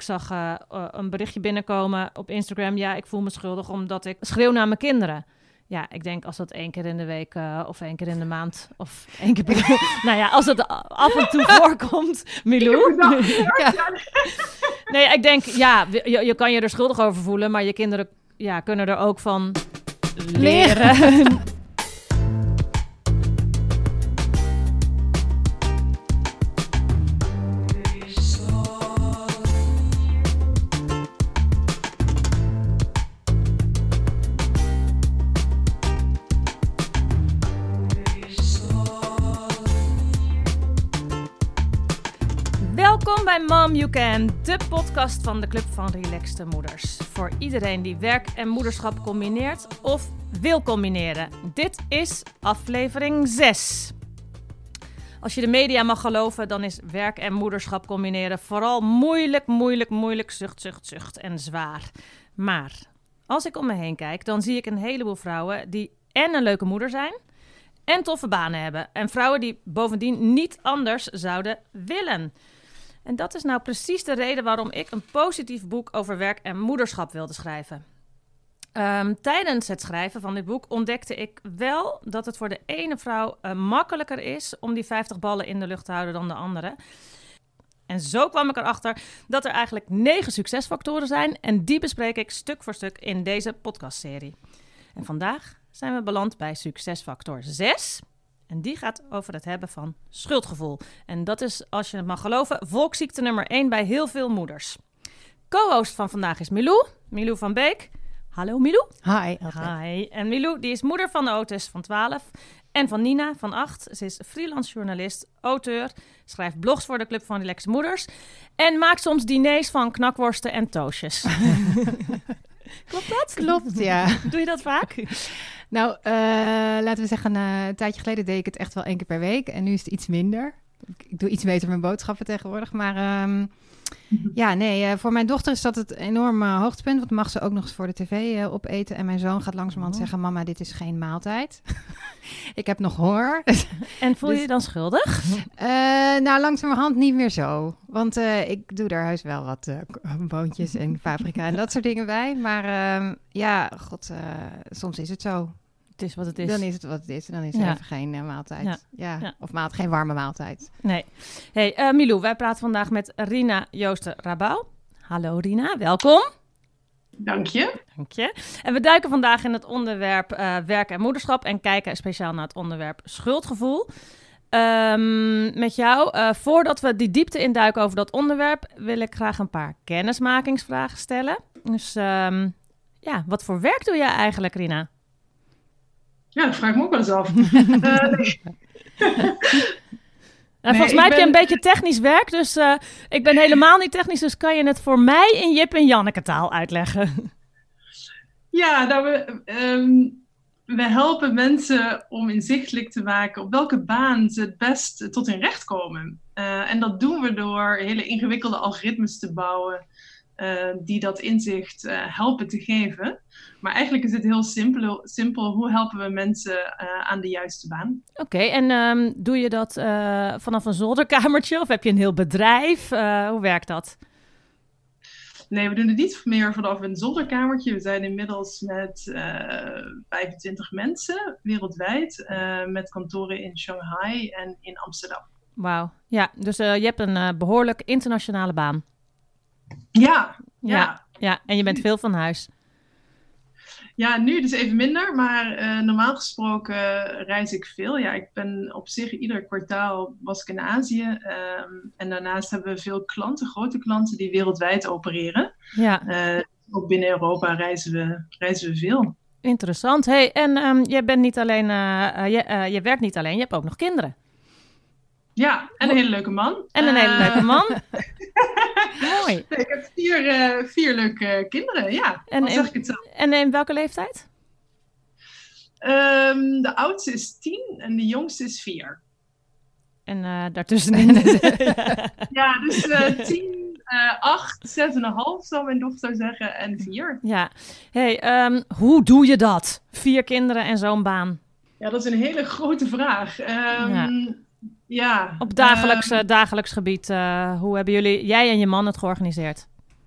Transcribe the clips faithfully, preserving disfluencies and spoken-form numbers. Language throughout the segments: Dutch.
zag uh, uh, een berichtje binnenkomen op Instagram. Ja, ik voel me schuldig omdat ik schreeuw naar mijn kinderen. Ja, ik denk als dat één keer in de week uh, of één keer in de maand of één keer per... nou ja, als het af en toe voorkomt, Milou. Ja. Nee, ik denk, ja, je, je kan je er schuldig over voelen, maar je kinderen ja, kunnen er ook van leren. leren. Welkom bij Mom You Can, de podcast van de Club van Relaxte Moeders. Voor iedereen die werk en moederschap combineert of wil combineren. Dit is aflevering zes. Als je de media mag geloven, dan is werk en moederschap combineren vooral moeilijk, moeilijk, moeilijk, zucht, zucht, zucht en zwaar. Maar als ik om me heen kijk, dan zie ik een heleboel vrouwen die en een leuke moeder zijn en toffe banen hebben. En vrouwen die bovendien niet anders zouden willen. En dat is nou precies de reden waarom ik een positief boek over werk en moederschap wilde schrijven. Um, tijdens het schrijven van dit boek ontdekte ik wel dat het voor de ene vrouw uh, makkelijker is om die vijftig ballen in de lucht te houden dan de andere. En zo kwam ik erachter dat er eigenlijk negen succesfactoren zijn en die bespreek ik stuk voor stuk in deze podcastserie. En vandaag zijn we beland bij succesfactor zes. En die gaat over het hebben van schuldgevoel. En dat is, als je het mag geloven, volksziekte nummer één bij heel veel moeders. Co-host van vandaag is Milou, Milou van Beek. Hallo Milou. Hi. Hi. En Milou, die is moeder van Otis van twaalf en van Nina van acht. Ze is freelance journalist, auteur, schrijft blogs voor de Club van Relaxte Moeders en maakt soms diners van knakworsten en toastjes. Klopt dat? Klopt, ja. Doe je dat vaak? Nou, uh, laten we zeggen, uh, een tijdje geleden deed ik het echt wel één keer per week. En nu is het iets minder. Ik, ik doe iets beter mijn boodschappen tegenwoordig. Maar um, ja, nee, uh, voor mijn dochter is dat het enorme uh, hoogtepunt. Want mag ze ook nog eens voor de tv uh, opeten. En mijn zoon gaat langzamerhand oh. zeggen, mama, dit is geen maaltijd. Ik heb nog honger. En voel je dus, je dan schuldig? Uh, nou, langzamerhand niet meer zo. Want uh, ik doe daar huis wel wat uh, boontjes en paprika en dat soort dingen bij. Maar uh, ja, god, uh, soms is het zo. Het is wat het is. Dan is het wat het is. En dan is er ja. even geen uh, maaltijd. Ja. Ja. Ja. Of maalt, geen warme maaltijd. Nee. Hey, uh, Milou, wij praten vandaag met Rina Joosten-Rabouw. Hallo Rina, welkom. Dank je. Dank je. En we duiken vandaag in het onderwerp uh, werk en moederschap en kijken speciaal naar het onderwerp schuldgevoel. Um, met jou, uh, voordat we die diepte induiken over dat onderwerp, wil ik graag een paar kennismakingsvragen stellen. Dus um, ja, wat voor werk doe jij eigenlijk, Rina? Ja, dat vraag ik me ook wel eens af. uh, nee. Nou, volgens nee, mij heb ben... je een beetje technisch werk, dus uh, ik ben helemaal niet technisch, dus kan je het voor mij in Jip en Janneke taal uitleggen? Ja, nou, we, um, we helpen mensen om inzichtelijk te maken op welke baan ze het best tot hun recht komen. Uh, en dat doen we door hele ingewikkelde algoritmes te bouwen uh, die dat inzicht uh, helpen te geven. Maar eigenlijk is het heel simpel. simpel. Hoe helpen we mensen uh, aan de juiste baan? Oké, okay, en um, doe je dat uh, vanaf een zolderkamertje of heb je een heel bedrijf? Uh, hoe werkt dat? Nee, we doen het niet meer vanaf een zolderkamertje. We zijn inmiddels met uh, vijfentwintig mensen wereldwijd. Uh, met kantoren in Shanghai en in Amsterdam. Wauw, ja. Dus uh, je hebt een uh, behoorlijk internationale baan. Ja, ja. Ja, ja. En je bent veel van huis. Ja, nu dus even minder, maar uh, normaal gesproken uh, reis ik veel. Ja, ik ben op zich ieder kwartaal was ik in Azië. Um, en daarnaast hebben we veel klanten, grote klanten die wereldwijd opereren. Ja. Uh, ook binnen Europa reizen we, reizen we veel. Interessant. Hey, en um, je bent niet alleen, uh, uh, je, uh, je werkt niet alleen, je hebt ook nog kinderen. Ja, en een hele leuke man. En een hele uh, leuke man. Mooi. Ik heb vier, uh, vier leuke kinderen, ja. En, zeg ik het zo. En in welke leeftijd? Um, de oudste is tien en de jongste is vier. En uh, daartussenin? Ja, dus uh, tien, uh, acht, zes en een half zou mijn dochter zeggen en vier. Ja. Hey, um, hoe doe je dat? Vier kinderen en zo'n baan. Ja, dat is een hele grote vraag. Um, ja. Ja, Op dagelijks, uh, dagelijks gebied, uh, hoe hebben jullie, jij en je man het georganiseerd?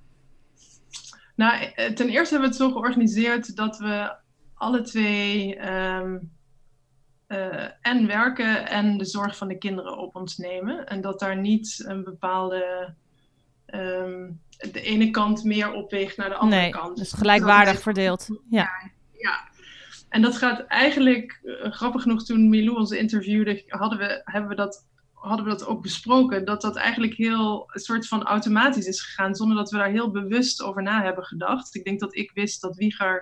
Nou, ten eerste hebben we het zo georganiseerd dat we alle twee um, uh, en werken en de zorg van de kinderen op ons nemen. En dat daar niet een bepaalde, um, de ene kant meer opweegt naar de andere nee, kant. Dus gelijkwaardig dus verdeeld. Ja. ja, ja. En dat gaat eigenlijk, uh, grappig genoeg, toen Milou ons interviewde, hadden we, hebben we dat... hadden we dat ook besproken, dat dat eigenlijk heel een soort van automatisch is gegaan, zonder dat we daar heel bewust over na hebben gedacht. Ik denk dat ik wist dat Wieger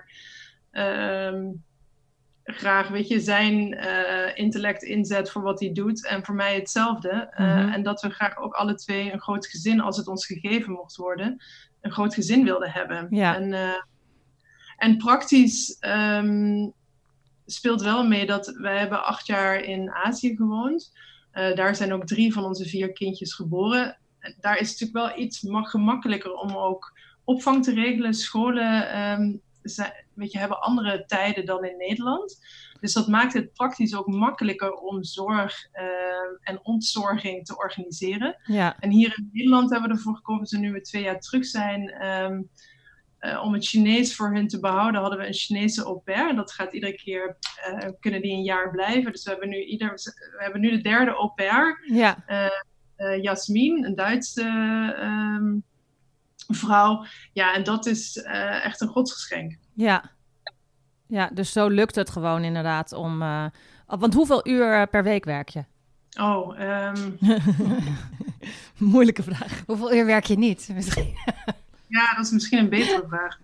um, graag, weet je, zijn uh, intellect inzet voor wat hij doet en voor mij hetzelfde. Uh, mm-hmm. En dat we graag ook alle twee een groot gezin, als het ons gegeven mocht worden, een groot gezin wilden hebben. Ja. En, uh, en praktisch um, speelt wel mee dat wij hebben acht jaar in Azië gewoond. Uh, daar zijn ook drie van onze vier kindjes geboren. Daar is het natuurlijk wel iets ma- gemakkelijker om ook opvang te regelen. Scholen um, zijn, weet je, hebben andere tijden dan in Nederland. Dus dat maakt het praktisch ook makkelijker om zorg uh, en ontzorging te organiseren. Ja. En hier in Nederland hebben we ervoor gekozen, nu we twee jaar terug zijn, Um, Uh, om het Chinees voor hun te behouden, hadden we een Chinese au pair. En dat gaat iedere keer, uh, kunnen die een jaar blijven. Dus we hebben nu, ieder, we hebben nu de derde au pair. Ja. Uh, uh, Jasmin, een Duitse um, vrouw. Ja, en dat is uh, echt een godsgeschenk. Ja. Ja, dus zo lukt het gewoon inderdaad om... Uh, want hoeveel uur per week werk je? Oh, um... moeilijke vraag. Hoeveel uur werk je niet? Misschien... Ja, dat is misschien een betere vraag.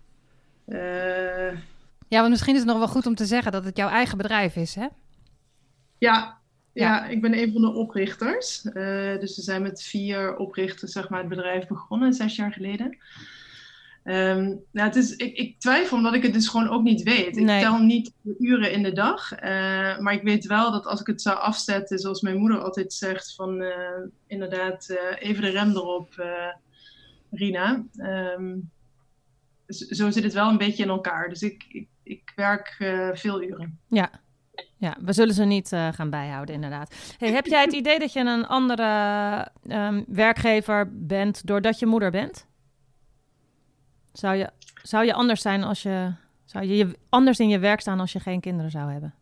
Uh... Ja, want misschien is het nog wel goed om te zeggen dat het jouw eigen bedrijf is, hè? Ja, ja, ja. Ik ben een van de oprichters. Uh, dus we zijn met vier oprichters, zeg maar, het bedrijf begonnen, zes jaar geleden. Um, nou, het is, ik, ik twijfel omdat ik het dus gewoon ook niet weet. Ik nee. tel niet de uren in de dag. Uh, maar ik weet wel dat als ik het zou afzetten, zoals mijn moeder altijd zegt, van uh, inderdaad uh, even de rem erop... Uh, Rina, um, zo zit het wel een beetje in elkaar. Dus ik, ik, ik werk uh, veel uren. Ja. ja, we zullen ze niet uh, gaan bijhouden inderdaad. Hey, heb jij het idee dat je een andere um, werkgever bent doordat je moeder bent? Zou je, zou je anders zijn als je... Zou je, je anders in je werk staan als je geen kinderen zou hebben?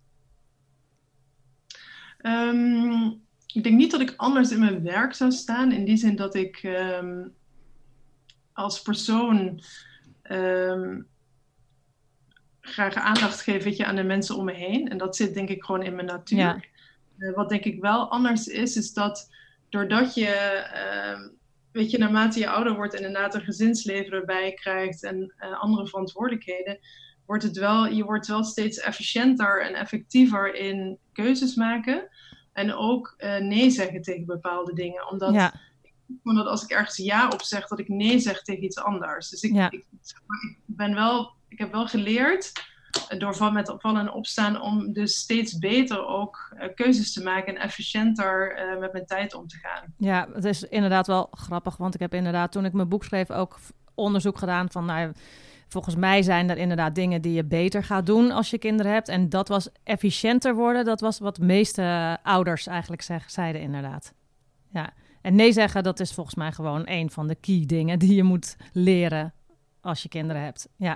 Um, ik denk niet dat ik anders in mijn werk zou staan. In die zin dat ik... Um, als persoon um, graag aandacht geef, weet je, aan de mensen om me heen. En dat zit denk ik gewoon in mijn natuur. Ja. Uh, wat denk ik wel anders is, is dat doordat je, uh, weet je, naarmate je ouder wordt en inderdaad een gezinsleven erbij krijgt en uh, andere verantwoordelijkheden, wordt het wel, je wordt wel steeds efficiënter en effectiever in keuzes maken. En ook uh, nee zeggen tegen bepaalde dingen. Omdat... Ja. dat als ik ergens ja op zeg, dat ik nee zeg tegen iets anders. Dus ik, ja. ik, ik ben wel, ik heb wel geleerd door van met vallen en opstaan om dus steeds beter ook uh, keuzes te maken en efficiënter uh, met mijn tijd om te gaan. Ja, het is inderdaad wel grappig, want ik heb inderdaad toen ik mijn boek schreef ook onderzoek gedaan van, nou, volgens mij zijn er inderdaad dingen die je beter gaat doen als je kinderen hebt. En dat was efficiënter worden, dat was wat de meeste ouders eigenlijk zeg, zeiden inderdaad. Ja. En nee zeggen, dat is volgens mij gewoon een van de key dingen die je moet leren als je kinderen hebt. Ja.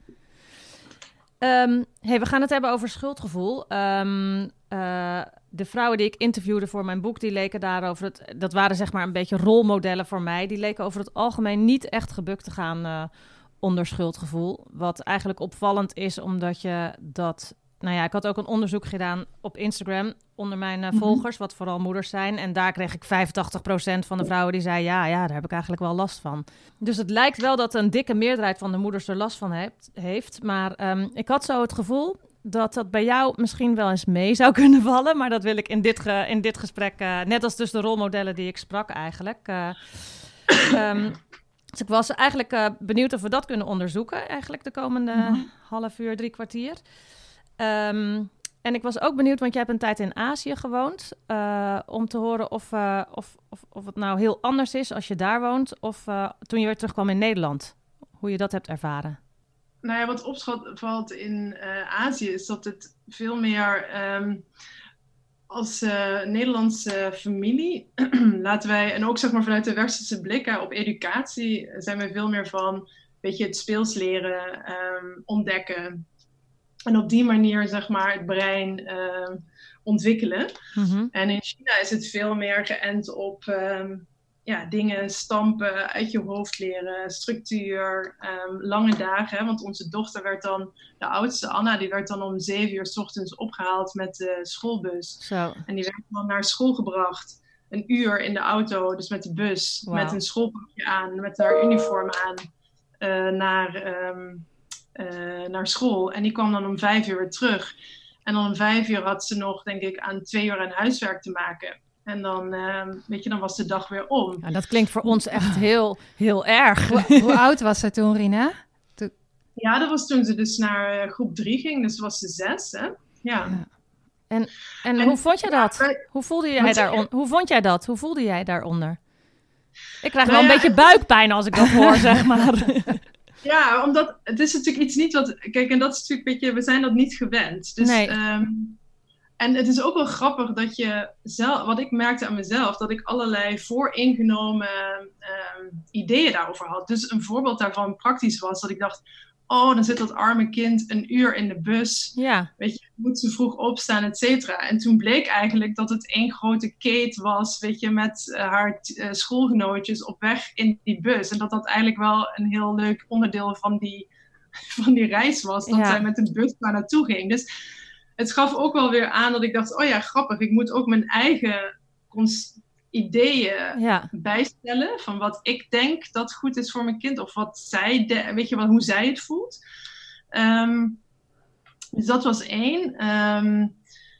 Um, hey, we gaan het hebben over schuldgevoel. Um, uh, de vrouwen die ik interviewde voor mijn boek, die leken daarover... Het, dat waren zeg maar een beetje rolmodellen voor mij. Die leken over het algemeen niet echt gebukt te gaan uh, onder schuldgevoel. Wat eigenlijk opvallend is, omdat je dat... Nou ja, ik had ook een onderzoek gedaan op Instagram onder mijn uh, volgers, mm-hmm. wat vooral moeders zijn. En daar kreeg ik vijfentachtig procent van de vrouwen die zei, ja, ja, daar heb ik eigenlijk wel last van. Dus het lijkt wel dat een dikke meerderheid van de moeders er last van heeft. heeft maar um, ik had zo het gevoel dat dat bij jou misschien wel eens mee zou kunnen vallen. Maar dat wil ik in dit, ge, in dit gesprek, uh, net als dus de rolmodellen die ik sprak eigenlijk. Uh, um, dus ik was eigenlijk uh, benieuwd of we dat kunnen onderzoeken, eigenlijk de komende mm-hmm. half uur, drie kwartier. Um, en ik was ook benieuwd, want jij hebt een tijd in Azië gewoond, uh, om te horen of, uh, of, of, of het nou heel anders is als je daar woont, of uh, toen je weer terugkwam in Nederland, hoe je dat hebt ervaren. Nou ja, wat opvalt in uh, Azië is dat het veel meer um, als uh, Nederlandse familie, laten wij, en ook zeg maar vanuit de westerse blik uh, op educatie, zijn wij veel meer van weet je, het speels leren, um, ontdekken. En op die manier, zeg maar, het brein uh, ontwikkelen. Mm-hmm. En in China is het veel meer geënt op um, ja, dingen stampen, uit je hoofd leren, structuur, um, lange dagen. Hè? Want onze dochter werd dan, de oudste Anna, die werd dan om zeven uur 's ochtends opgehaald met de schoolbus. Zo. En die werd dan naar school gebracht. Een uur in de auto, dus met de bus, wow. Met een schoolpakje aan, met haar uniform aan, uh, naar... Um, Uh, naar school. En die kwam dan om vijf uur weer terug. En dan om vijf uur had ze nog, denk ik, aan twee uur aan huiswerk te maken. En dan, uh, weet je, dan was de dag weer om. Ja, dat klinkt voor ons echt heel, heel erg. Hoe, hoe oud was ze toen, Rina? Toen... Ja, dat was toen ze dus naar uh, groep drie ging. Dus was ze zes, hè? Ja. ja. En, en, en hoe vond je dat? Ja, wij... Hoe voelde jij daaron... Hoe vond jij dat? Hoe voelde jij daaronder? Ik krijg wel nou, een ja, beetje buikpijn als ik dat hoor, zeg maar. Ja, omdat het is natuurlijk iets niet wat... Kijk, en dat is natuurlijk een beetje... We zijn dat niet gewend. Dus, nee. Um, en het is ook wel grappig dat je... Zelf, wat ik merkte aan mezelf... Dat ik allerlei vooringenomen um, ideeën daarover had. Dus een voorbeeld daarvan praktisch was... Dat ik dacht... Oh, dan zit dat arme kind een uur in de bus. Ja. Weet je, moet ze vroeg opstaan, et cetera. En toen bleek eigenlijk dat het één grote keet was, weet je, met uh, haar t- uh, schoolgenootjes op weg in die bus. En dat dat eigenlijk wel een heel leuk onderdeel van die, van die reis was. Dat ja. zij met een bus daar naartoe ging. Dus het gaf ook wel weer aan dat ik dacht, oh ja, grappig. Ik moet ook mijn eigen cons- ideeën ja. bijstellen van wat ik denk dat goed is voor mijn kind of wat zij, de, weet je wel, hoe zij het voelt. Um, dus dat was één. Um,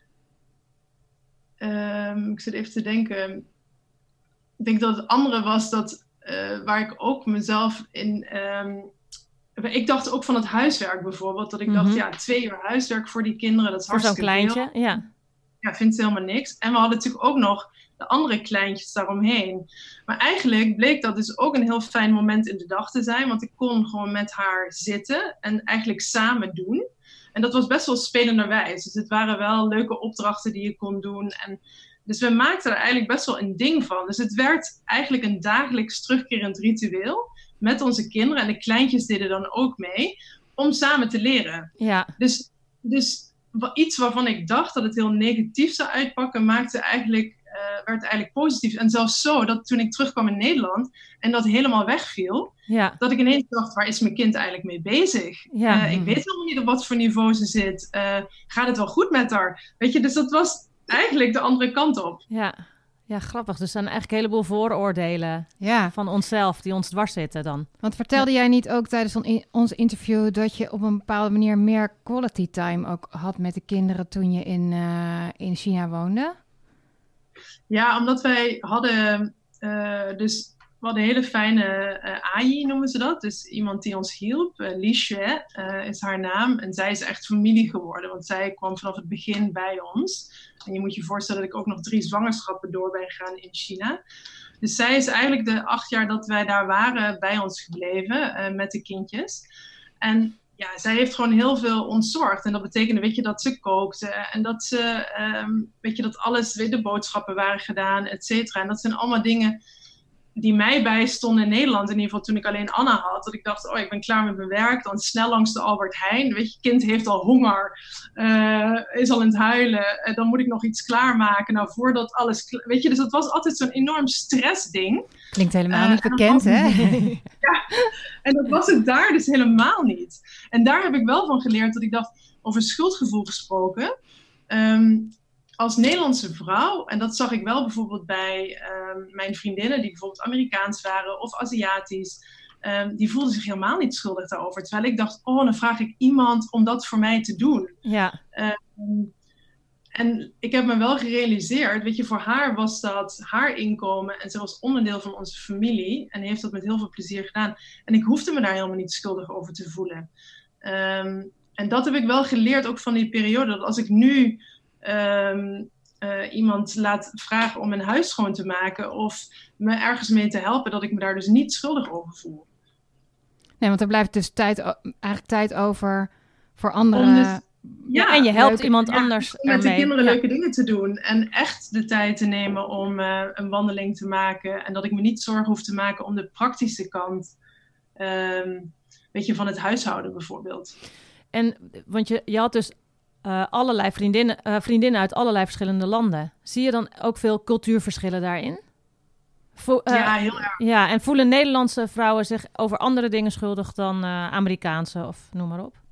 um, ik zit even te denken. Ik denk dat het andere was dat uh, waar ik ook mezelf in. Um, ik dacht ook van het huiswerk bijvoorbeeld, dat ik mm-hmm. dacht, ja, twee uur huiswerk voor die kinderen, dat is voor hartstikke zo'n kleintje, veel. Ja. Ja, vindt ze helemaal niks. En we hadden natuurlijk ook nog de andere kleintjes daaromheen. Maar eigenlijk bleek dat dus ook een heel fijn moment in de dag te zijn. Want ik kon gewoon met haar zitten en eigenlijk samen doen. En dat was best wel spelenderwijs. Dus het waren wel leuke opdrachten die je kon doen. En dus we maakten er eigenlijk best wel een ding van. Dus het werd eigenlijk een dagelijks terugkerend ritueel met onze kinderen. En de kleintjes deden dan ook mee om samen te leren. Ja. Dus, dus iets waarvan ik dacht dat het heel negatief zou uitpakken, maakte eigenlijk... Uh, werd eigenlijk positief. En zelfs zo, dat toen ik terugkwam in Nederland en dat helemaal wegviel, ja. dat ik ineens dacht, waar is mijn kind eigenlijk mee bezig? Ja. Uh, ik weet helemaal niet op wat voor niveau ze zit. Uh, gaat het wel goed met haar? Weet je, dus dat was eigenlijk de andere kant op. Ja, ja grappig. Dus dan eigenlijk een heleboel vooroordelen ja. van onszelf die ons dwars zitten dan. Want vertelde ja. jij niet ook tijdens on- ons interview dat je op een bepaalde manier meer quality time ook had met de kinderen toen je in, uh, in China woonde? Ja, omdat wij hadden, uh, dus we hadden een hele fijne uh, Ayi noemen ze dat. Dus iemand die ons hielp. Uh, Li Xue uh, is haar naam. En zij is echt familie geworden. Want zij kwam vanaf het begin bij ons. En je moet je voorstellen dat ik ook nog drie zwangerschappen door ben gegaan in China. Dus zij is eigenlijk de acht jaar dat wij daar waren bij ons gebleven. Uh, met de kindjes. En ja, zij heeft gewoon heel veel ontzorgd. En dat betekende, weet je, dat ze kookte. En dat ze, um, weet je, dat alles, weet, de boodschappen waren gedaan, et cetera. En dat zijn allemaal dingen die mij bijstonden in Nederland. In ieder geval toen ik alleen Anna had. Dat ik dacht, oh, ik ben klaar met mijn werk. Dan snel langs de Albert Heijn. Weet je, kind heeft al honger. Uh, is al aan het huilen. Uh, dan moet ik nog iets klaarmaken. Nou, voordat alles... Kla- weet je, dus dat was altijd zo'n enorm stressding. Klinkt helemaal uh, niet bekend, hè? Ja, en dat was het daar dus helemaal niet. En daar heb ik wel van geleerd dat ik dacht, over schuldgevoel gesproken. Um, als Nederlandse vrouw, en dat zag ik wel bijvoorbeeld bij um, mijn vriendinnen die bijvoorbeeld Amerikaans waren of Aziatisch, um, die voelden zich helemaal niet schuldig daarover. Terwijl ik dacht, oh, dan vraag ik iemand om dat voor mij te doen. Ja. Um, en ik heb me wel gerealiseerd, weet je, voor haar was dat haar inkomen en ze was onderdeel van onze familie en heeft dat met heel veel plezier gedaan. En ik hoefde me daar helemaal niet schuldig over te voelen. Um, en dat heb ik wel geleerd ook van die periode, dat als ik nu um, uh, iemand laat vragen om mijn huis schoon te maken of me ergens mee te helpen, dat ik me daar dus niet schuldig over voel. Nee, want er blijft dus tijd, eigenlijk tijd over voor anderen. Dus, ja, ja, en je helpt leuke, iemand ja, anders om met ermee. de kinderen ja. leuke dingen te doen. En echt de tijd te nemen om uh, een wandeling te maken. En dat ik me niet zorgen hoef te maken om de praktische kant. Um, weet je, van het huishouden bijvoorbeeld. En, want je, je had dus uh, allerlei vriendinnen, uh, vriendinnen uit allerlei verschillende landen. Zie je dan ook veel cultuurverschillen daarin? Vo- uh, ja, heel erg. Ja, en voelen Nederlandse vrouwen zich over andere dingen schuldig dan uh, Amerikaanse of noem maar op?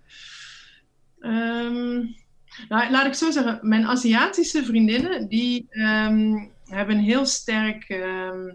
Um, nou, laat ik zo zeggen, mijn Aziatische vriendinnen, die um, hebben een heel sterk um,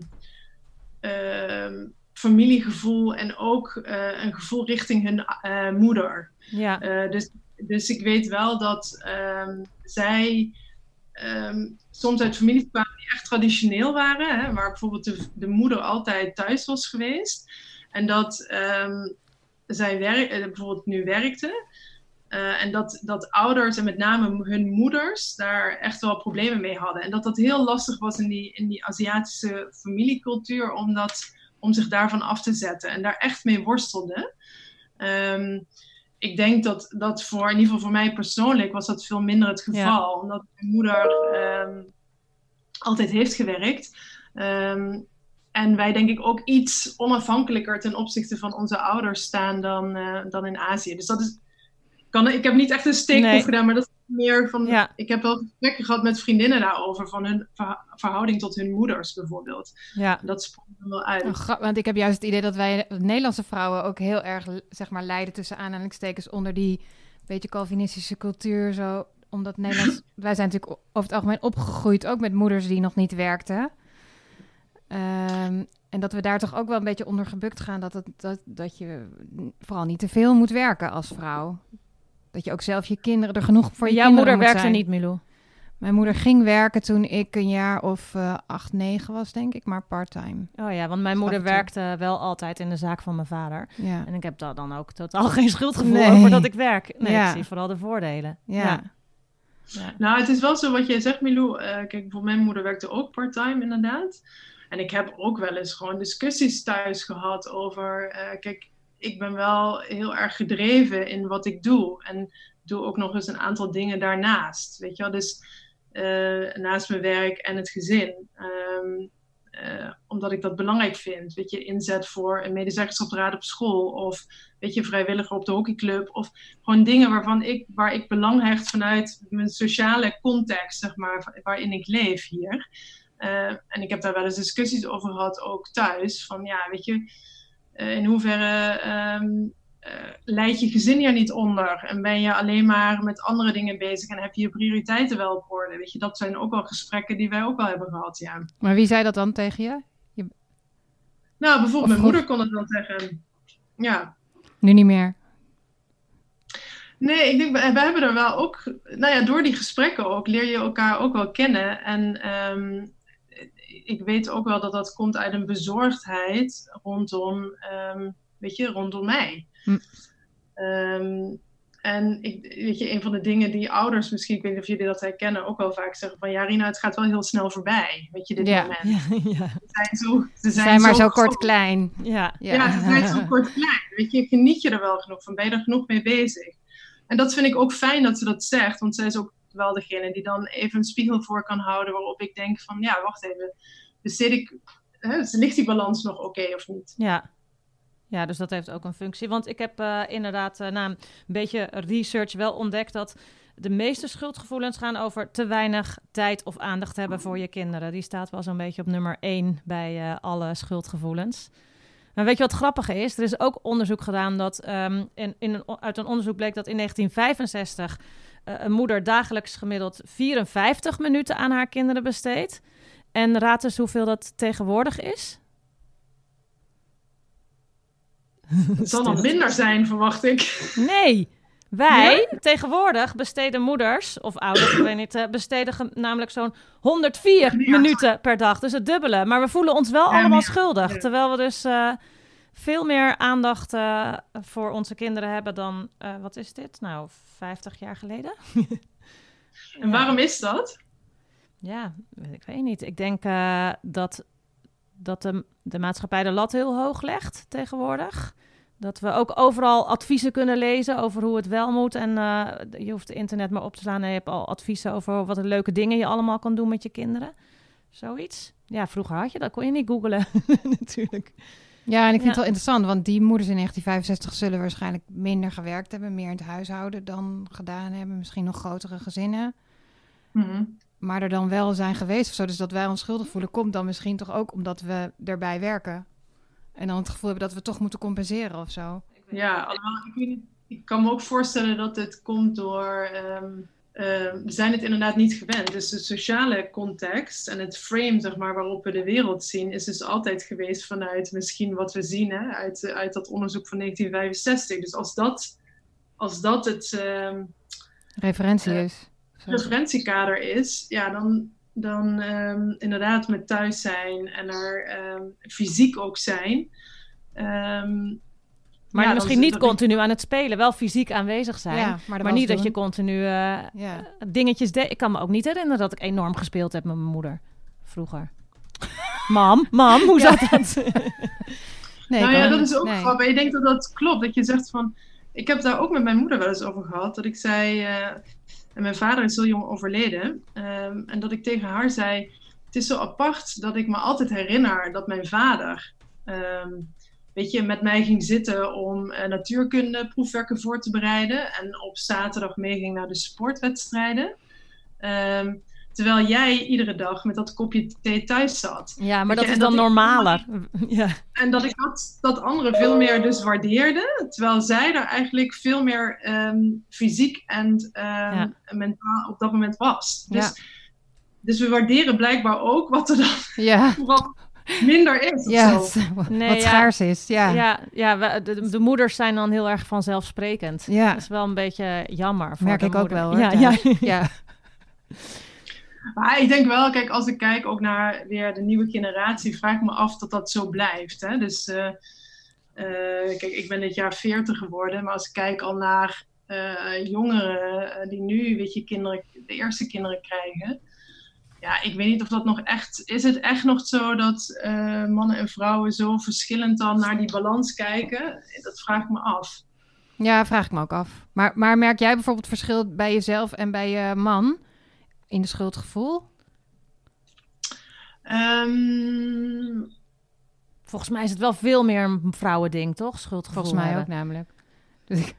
um, familiegevoel en ook uh, een gevoel richting hun uh, moeder. Ja. Uh, dus, dus ik weet wel dat um, zij um, soms uit families kwamen die echt traditioneel waren, hè, waar bijvoorbeeld de, de moeder altijd thuis was geweest. En dat um, zij wer- bijvoorbeeld nu werkte. Uh, en dat, dat ouders en met name hun moeders daar echt wel problemen mee hadden. En dat dat heel lastig was in die, in die Aziatische familiecultuur om, dat, om zich daarvan af te zetten. En daar echt mee worstelden. Um, ik denk dat dat voor, in ieder geval voor mij persoonlijk, was dat veel minder het geval. Ja. Omdat mijn moeder um, altijd heeft gewerkt. Um, en wij denk ik ook iets onafhankelijker ten opzichte van onze ouders staan dan, uh, dan in Azië. Dus dat is... Kan, ik heb niet echt een steekproef nee. gedaan, maar dat is meer van... Ja. Ik heb wel gesprekken gehad met vriendinnen daarover, van hun ver, verhouding tot hun moeders bijvoorbeeld. Ja. Dat sprong er wel uit. Oh, gra- want ik heb juist het idee dat wij Nederlandse vrouwen ook heel erg, zeg maar, lijden tussen aanhalingstekens onder die beetje Calvinistische cultuur. Zo, omdat Nederlands... wij zijn natuurlijk over het algemeen opgegroeid, ook met moeders die nog niet werkten. Um, en dat we daar toch ook wel een beetje onder gebukt gaan, dat, het, dat, dat je vooral niet te veel moet werken als vrouw. Dat je ook zelf je kinderen er genoeg voor je Jouw kinderen moeder moet zijn. werkte niet, Milou? Mijn moeder ging werken toen ik een jaar of uh, acht, negen was, denk ik, maar part-time. Oh ja, want mijn moeder werkte wel altijd in de zaak van mijn vader. Ja. En ik heb daar dan ook totaal geen schuldgevoel nee. over dat ik werk. Nee, ja. ik zie vooral de voordelen. Ja. ja. ja. Nou, het is wel zo wat jij zegt, Milou. Uh, kijk, voor mijn moeder werkte ook part-time, inderdaad. En ik heb ook wel eens gewoon discussies thuis gehad over... Uh, kijk, ik ben wel heel erg gedreven in wat ik doe. En doe ook nog eens een aantal dingen daarnaast. Weet je wel, dus uh, naast mijn werk en het gezin. Um, uh, omdat ik dat belangrijk vind. Weet je, inzet voor een medezeggenschapsraad op school. Of weet je, vrijwilliger op de hockeyclub. Of gewoon dingen waarvan ik, waar ik belang hecht vanuit mijn sociale context, zeg maar, waarin ik leef hier. Uh, en ik heb daar wel eens discussies over gehad, ook thuis. Van ja, weet je, uh, in hoeverre um, uh, leid je gezin hier niet onder? En ben je alleen maar met andere dingen bezig en heb je je prioriteiten wel op orde? Weet je, dat zijn ook wel gesprekken die wij ook wel hebben gehad, ja. Maar wie zei dat dan tegen je? je... Nou, bijvoorbeeld of mijn of... moeder kon het wel zeggen. Ja. Nu niet meer? Nee, ik denk, we hebben er wel ook... Nou ja, door die gesprekken ook leer je elkaar ook wel kennen. En um, ik weet ook wel dat dat komt uit een bezorgdheid rondom, um, weet je, rondom mij. Hm. Um, en ik, weet je, een van de dingen die ouders misschien, ik weet niet of jullie dat herkennen, ook wel vaak zeggen van ja, Rina, het gaat wel heel snel voorbij. Weet je, dit ja. moment. Ja, ja. Ze zijn, zo, ze zijn, ze zijn maar zo, zo kort klein. Ja, ja. ja, ze zijn zo kort klein. Weet je, geniet je er wel genoeg van? Ben je er genoeg mee bezig? En dat vind ik ook fijn dat ze dat zegt, want zij is ook wel degene die dan even een spiegel voor kan houden waarop ik denk van ja, wacht even, besteed ik, hè, ligt die balans nog oké okay of niet? Ja. Ja, dus dat heeft ook een functie. Want ik heb uh, inderdaad uh, na een beetje research wel ontdekt dat de meeste schuldgevoelens gaan over te weinig tijd of aandacht hebben voor je kinderen. Die staat wel zo'n beetje op nummer één bij uh, alle schuldgevoelens. Maar weet je wat grappig is? Er is ook onderzoek gedaan dat um, in, in een, uit een onderzoek bleek dat in negentien vijfenzestig uh, een moeder dagelijks gemiddeld vierenvijftig minuten aan haar kinderen besteedt. En raad eens hoeveel dat tegenwoordig is. Het zal nog minder zijn, verwacht ik. Nee, wij ja? tegenwoordig besteden moeders, of ouders, ik weet niet, besteden ge- namelijk zo'n honderdvier ja. minuten per dag. Dus het dubbele. Maar we voelen ons wel ja, allemaal ja. schuldig. Ja. Terwijl we dus uh, veel meer aandacht uh, voor onze kinderen hebben dan, uh, wat is dit? Nou, vijftig jaar geleden. En waarom is dat? Ja, ik weet niet. Ik denk uh, dat, dat de, de maatschappij de lat heel hoog legt tegenwoordig. Dat we ook overal adviezen kunnen lezen over hoe het wel moet. En uh, je hoeft het internet maar op te slaan en je hebt al adviezen over wat de leuke dingen je allemaal kan doen met je kinderen. Zoiets. Ja, vroeger had je dat, kon je niet googlen natuurlijk. Ja, en ik vind Ja. het wel interessant, want die moeders in negentien vijfenzestig zullen waarschijnlijk minder gewerkt hebben, meer in het huishouden dan gedaan hebben, misschien nog grotere gezinnen. Mm-hmm. Maar er dan wel zijn geweest of zo, dus dat wij ons schuldig voelen, komt dan misschien toch ook omdat we erbij werken. En dan het gevoel hebben dat we toch moeten compenseren of zo. Ja, alhoewel, ik, weet niet, ik kan me ook voorstellen dat het komt door... Um, uh, we zijn het inderdaad niet gewend. Dus de sociale context en het frame, zeg maar, waarop we de wereld zien, is dus altijd geweest vanuit misschien wat we zien, hè, uit, uit dat onderzoek van negentien vijfenzestig. Dus als dat, als dat het um, referentie uh, is. Zo. referentiekader is, ja, dan, dan um, inderdaad met thuis zijn en er um, fysiek ook zijn. Um, Maar ja, misschien dan, niet dan, continu aan het spelen, wel fysiek aanwezig zijn. Ja, maar maar niet dat doen. je continu uh, Ja. dingetjes deed. Ik kan me ook niet herinneren dat ik enorm gespeeld heb met mijn moeder vroeger. Mam, mam, hoe Ja. zat dat? Nee, nou ik ja, kan- dat is ook nee. grappig. Ik denk dat dat klopt. Dat je zegt van... Ik heb daar ook met mijn moeder wel eens over gehad. Dat ik zei... Uh, en mijn vader is heel jong overleden. Um, en dat ik tegen haar zei... Het is zo apart dat ik me altijd herinner dat mijn vader... Um, weet je, met mij ging zitten om uh, natuurkunde proefwerken voor te bereiden. En op zaterdag meeging naar de sportwedstrijden. Um, terwijl jij iedere dag met dat kopje thee thuis zat. Ja, maar Weet dat je, is en dan dat ik- normaler. Ja. En dat ik dat, dat anderen veel meer dus waardeerde. Terwijl zij er eigenlijk veel meer um, fysiek en um, Ja. mentaal op dat moment was. Dus, Ja. dus we waarderen blijkbaar ook wat er dan Ja, vooral minder is. Of ja zo. wat Nee, wat ja. schaars is. Ja. Ja, ja we- de, de moeders zijn dan heel erg vanzelfsprekend. Ja. Dat is wel een beetje jammer voor Merk de ik ook moeder. wel hoor. Ja, thuis. ja. ja. Maar ik denk wel, kijk, als ik kijk ook naar weer de nieuwe generatie, vraag ik me af dat dat zo blijft. Hè? Dus uh, uh, kijk, ik ben dit jaar veertig geworden, maar als ik kijk al naar uh, jongeren uh, die nu, weet je, kinderen, de eerste kinderen krijgen. Ja, ik weet niet of dat nog echt... Is het echt nog zo dat uh, mannen en vrouwen zo verschillend dan naar die balans kijken? Dat vraag ik me af. Ja, vraag ik me ook af. Maar, maar merk jij bijvoorbeeld verschil bij jezelf en bij je man in de schuldgevoel? Um, Volgens mij is het wel veel meer een vrouwending, toch? Schuldgevoel Volgens mij hebben. ook namelijk. Dus ik,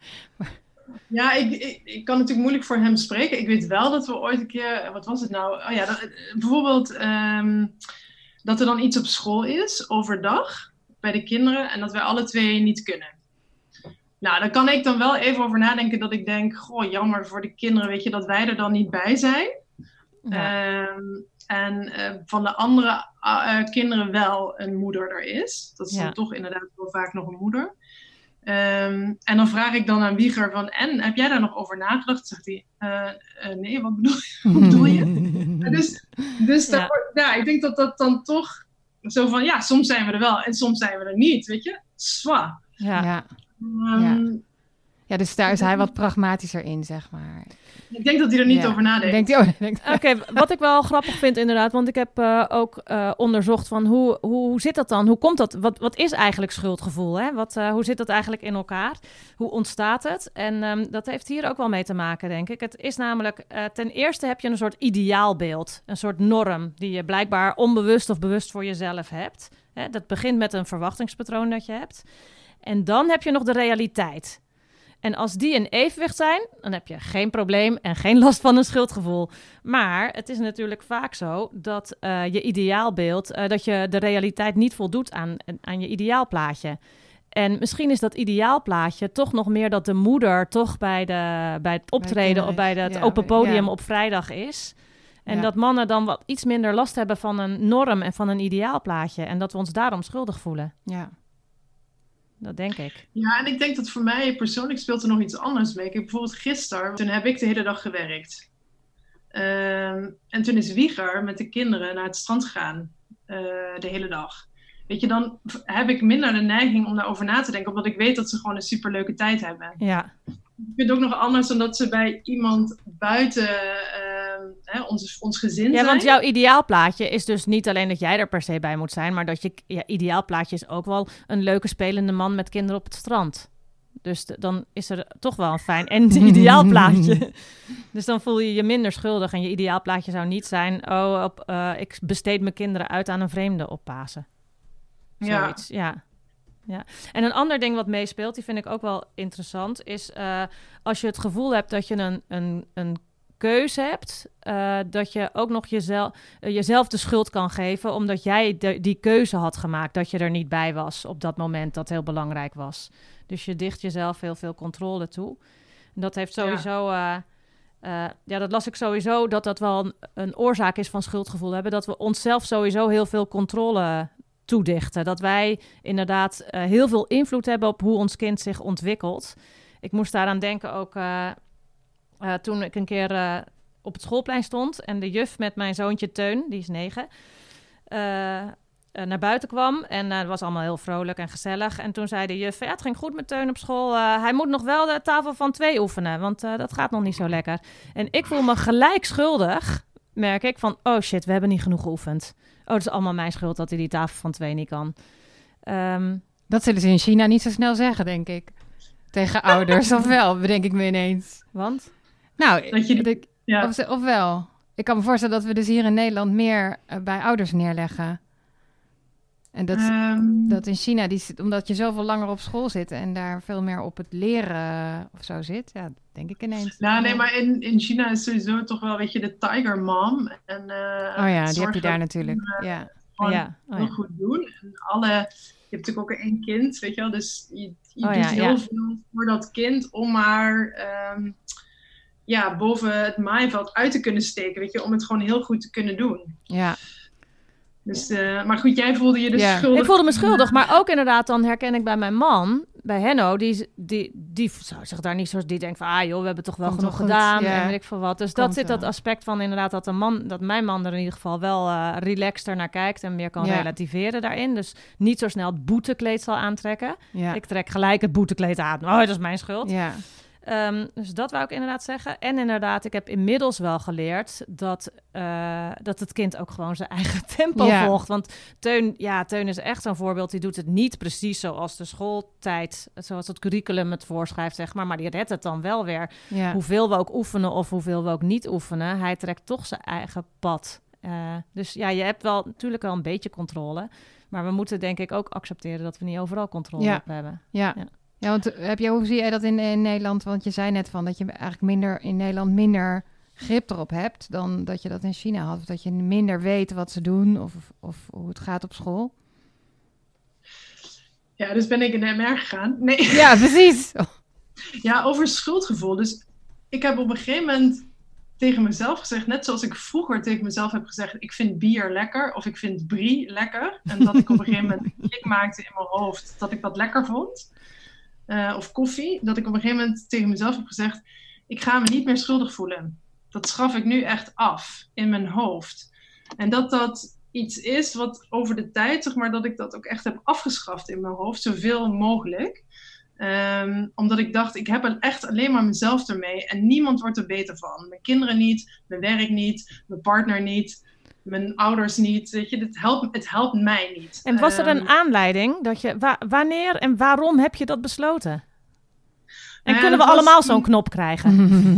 Ja, ik, ik, ik kan natuurlijk moeilijk voor hem spreken. Ik weet wel dat we ooit een keer... Wat was het nou? Oh ja, dat, bijvoorbeeld um, dat er dan iets op school is, overdag, bij de kinderen, en dat wij alle twee niet kunnen. Nou, daar kan ik dan wel even over nadenken dat ik denk... Goh, jammer voor de kinderen, weet je, dat wij er dan niet bij zijn. Ja. Um, en uh, van de andere uh, kinderen wel een moeder er is. Dat is Ja. dan toch inderdaad wel vaak nog een moeder. Um, en dan vraag ik dan aan Wieger van... En, heb jij daar nog over nagedacht? Zegt hij, uh, uh, nee, wat bedoel je? Wat bedoel je? En dus dus Ja. daar wordt- ja, ik denk dat dat dan toch zo van... Ja, soms zijn we er wel en soms zijn we er niet, weet je? Zwa. Ja. ja. Um, ja, dus daar is hij wat pragmatischer in, zeg maar. Ik denk dat hij er niet Ja. over nadenkt. Denkt hij, oh, denkt, Oké, wat ik wel grappig vind inderdaad, want ik heb uh, ook uh, onderzocht van hoe, hoe, hoe zit dat dan? Hoe komt dat? Wat, wat is eigenlijk schuldgevoel? Hè? Wat, uh, hoe zit dat eigenlijk in elkaar? Hoe ontstaat het? En um, dat heeft hier ook wel mee te maken, denk ik. Het is namelijk, uh, ten eerste heb je een soort ideaalbeeld, een soort norm die je blijkbaar onbewust of bewust voor jezelf hebt. Hè? Dat begint met een verwachtingspatroon dat je hebt. En dan heb je nog de realiteit. En als die in evenwicht zijn, dan heb je geen probleem en geen last van een schuldgevoel. Maar het is natuurlijk vaak zo dat uh, je ideaalbeeld, uh, dat je de realiteit niet voldoet aan, aan je ideaalplaatje. En misschien is dat ideaalplaatje toch nog meer dat de moeder toch bij, de, bij het optreden of bij het ja, open podium ja. op vrijdag is. En Ja. dat mannen dan wat iets minder last hebben van een norm en van een ideaalplaatje. En dat we ons daarom schuldig voelen. ja. Dat denk ik. Ja, en ik denk dat voor mij persoonlijk speelt er nog iets anders mee. Ik heb bijvoorbeeld gisteren, toen heb ik de hele dag gewerkt. Um, en toen is Wieger met de kinderen naar het strand gegaan, uh, de hele dag. Weet je, dan heb ik minder de neiging om daarover na te denken, omdat ik weet dat ze gewoon een superleuke tijd hebben. Ja. Ik vind het ook nog anders dan dat ze bij iemand buiten uh, hè, ons, ons gezin Ja, zijn. want jouw ideaalplaatje is dus niet alleen dat jij er per se bij moet zijn, maar dat je ja, ideaalplaatje is ook wel een leuke spelende man met kinderen op het strand. Dus de, dan is er toch wel een fijn en ideaalplaatje. Dus dan voel je je minder schuldig en je ideaalplaatje zou niet zijn, oh, op, uh, ik besteed mijn kinderen uit aan een vreemde op Pasen. Zoiets, ja. ja. Ja. En een ander ding wat meespeelt, die vind ik ook wel interessant, is uh, als je het gevoel hebt dat je een, een, een keuze hebt, uh, dat je ook nog jezelf, uh, jezelf de schuld kan geven, omdat jij de, die keuze had gemaakt, dat je er niet bij was op dat moment dat heel belangrijk was. Dus je dicht jezelf heel veel controle toe. En dat heeft sowieso... Ja. Uh, Uh, ja, dat las ik sowieso, dat dat wel een, een oorzaak is van schuldgevoel hebben. Dat we onszelf sowieso heel veel controle toedichten. Dat wij inderdaad uh, heel veel invloed hebben op hoe ons kind zich ontwikkelt. Ik moest daaraan denken ook uh, uh, toen ik een keer uh, op het schoolplein stond en de juf met mijn zoontje Teun, die is negen, uh, Uh, naar buiten kwam. En uh, het was allemaal heel vrolijk en gezellig. En toen zei de juf, ja, het ging goed met Teun op school. Uh, hij moet nog wel de tafel van twee oefenen, want uh, dat gaat nog niet zo lekker. En ik voel me gelijk schuldig, merk ik, van oh shit, we hebben niet genoeg geoefend. Oh, dat is allemaal mijn schuld dat hij die tafel van twee niet kan. Um, dat zullen ze in China niet zo snel zeggen, denk ik. Tegen ouders, of wel, bedenk ik me ineens. Want? Nou, dat je, de, ja. of, of wel. Ik kan me voorstellen dat we dus hier in Nederland meer uh, bij ouders neerleggen. En dat, um, dat in China, die, omdat je zoveel langer op school zit en daar veel meer op het leren of zo zit, ja, denk ik ineens. Nou, nee, maar in, in China is sowieso toch wel, weet je, de tiger mom. En, uh, oh ja, die heb je daar natuurlijk. Uh, ja. Gewoon ja. Oh, heel ja. goed doen. En alle, je hebt natuurlijk ook één kind, weet je wel, dus je, je oh, doet ja, heel ja. veel voor dat kind om maar um, ja, boven het maaiveld uit te kunnen steken, weet je, om het gewoon heel goed te kunnen doen. Ja. Dus, uh, maar goed, jij voelde je dus ja. schuldig. Ik voelde me schuldig, maar ook inderdaad, dan herken ik bij mijn man, bij Henno, die, die, die zou zich daar niet zo, die denkt van, ah joh, we hebben toch wel Komt genoeg toch gedaan goed, ja. en weet ik veel wat. Dus Komt dat zit wel. dat aspect van inderdaad dat een man, dat mijn man er in ieder geval wel uh, relaxter naar kijkt en meer kan ja. relativeren daarin. Dus niet zo snel het boetekleed zal aantrekken. Ja. Ik trek gelijk het boetekleed aan. Oh, dat is mijn schuld. Ja. Um, dus dat wou ik inderdaad zeggen. En inderdaad, ik heb inmiddels wel geleerd dat, uh, dat het kind ook gewoon zijn eigen tempo ja. volgt. Want Teun, ja, Teun is echt zo'n voorbeeld. Die doet het niet precies zoals de schooltijd, zoals het curriculum het voorschrijft, zeg maar. Maar die redt het dan wel weer. Ja. Hoeveel we ook oefenen of hoeveel we ook niet oefenen, hij trekt toch zijn eigen pad. Uh, dus ja, je hebt wel natuurlijk wel een beetje controle. Maar we moeten denk ik ook accepteren dat we niet overal controle ja. op hebben. Ja. ja. Ja, want heb jij, hoe zie jij dat in, in Nederland? Want je zei net van dat je eigenlijk minder in Nederland minder grip erop hebt dan dat je dat in China had. Of dat je minder weet wat ze doen of, of hoe het gaat op school. Ja, dus ben ik in de M R gegaan. Nee. Ja, precies. Ja, over schuldgevoel. Dus ik heb op een gegeven moment tegen mezelf gezegd, net zoals ik vroeger tegen mezelf heb gezegd, ik vind bier lekker of ik vind brie lekker. En dat ik op een gegeven moment een klik maakte in mijn hoofd dat ik dat lekker vond. Uh, of koffie, dat ik op een gegeven moment tegen mezelf heb gezegd, ik ga me niet meer schuldig voelen. Dat schaf ik nu echt af in mijn hoofd. En dat dat iets is wat over de tijd, zeg maar, dat ik dat ook echt heb afgeschaft in mijn hoofd, zoveel mogelijk. Um, omdat ik dacht, ik heb echt alleen maar mezelf ermee en niemand wordt er beter van. Mijn kinderen niet, mijn werk niet, mijn partner niet, mijn ouders niet. Weet je, het helpt, het helpt mij niet. En was er een um, aanleiding dat je, wa- wanneer en waarom heb je dat besloten? En uh, kunnen we was, allemaal zo'n knop krijgen?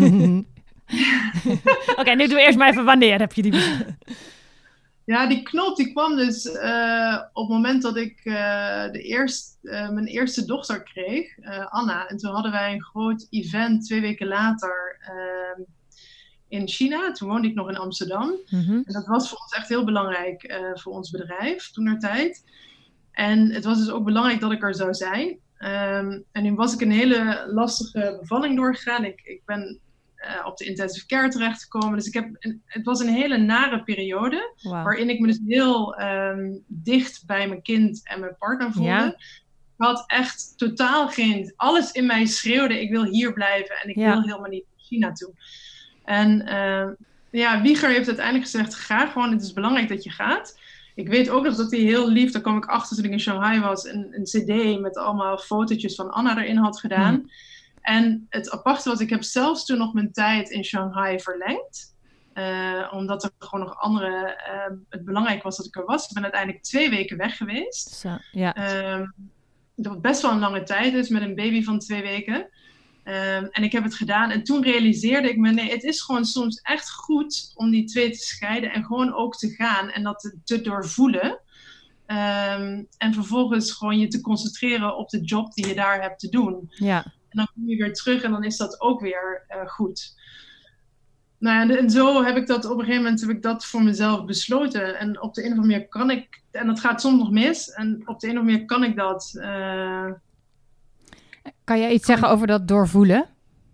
Oké, okay, nu doe eerst maar even wanneer heb je die besloten? Ja, die knop die kwam dus uh, op het moment dat ik uh, de eerst, uh, mijn eerste dochter kreeg, uh, Anna. En toen hadden wij een groot event twee weken later uh, in China. Toen woonde ik nog in Amsterdam. Mm-hmm. En dat was voor ons echt heel belangrijk uh, voor ons bedrijf toentertijd. En het was dus ook belangrijk dat ik er zou zijn. Um, en nu was ik een hele lastige bevalling doorgegaan. Ik, ik ben uh, op de intensive care terechtgekomen. Dus ik heb een, het was een hele nare periode. Wow. Waarin ik me dus heel um, dicht bij mijn kind en mijn partner voelde. Ja. Ik had echt totaal geen... Alles in mij schreeuwde, ik wil hier blijven. En ik ja. wil helemaal niet naar China toe. En uh, ja, Wieger heeft uiteindelijk gezegd, ga gewoon, het is belangrijk dat je gaat. Ik weet ook nog dat hij heel lief, daar kwam ik achter toen ik in Shanghai was, een, een cd met allemaal fotootjes van Anna erin had gedaan. Mm. En het aparte was, ik heb zelfs toen nog mijn tijd in Shanghai verlengd. Uh, omdat er gewoon nog andere, uh, het belangrijk was dat ik er was. Ik ben uiteindelijk twee weken weg geweest. Zo, ja. Um, dat best wel een lange tijd is met een baby van twee weken. Um, en ik heb het gedaan en toen realiseerde ik me, nee, het is gewoon soms echt goed om die twee te scheiden en gewoon ook te gaan en dat te, te doorvoelen. Um, en vervolgens gewoon je te concentreren op de job die je daar hebt te doen. Ja. En dan kom je weer terug en dan is dat ook weer uh, goed. Nou ja, en zo heb ik dat op een gegeven moment heb ik dat voor mezelf besloten. En op de een of andere manier kan ik, en dat gaat soms nog mis, en op de een of andere manier kan ik dat. Uh, kan jij iets kan zeggen ik... over dat doorvoelen?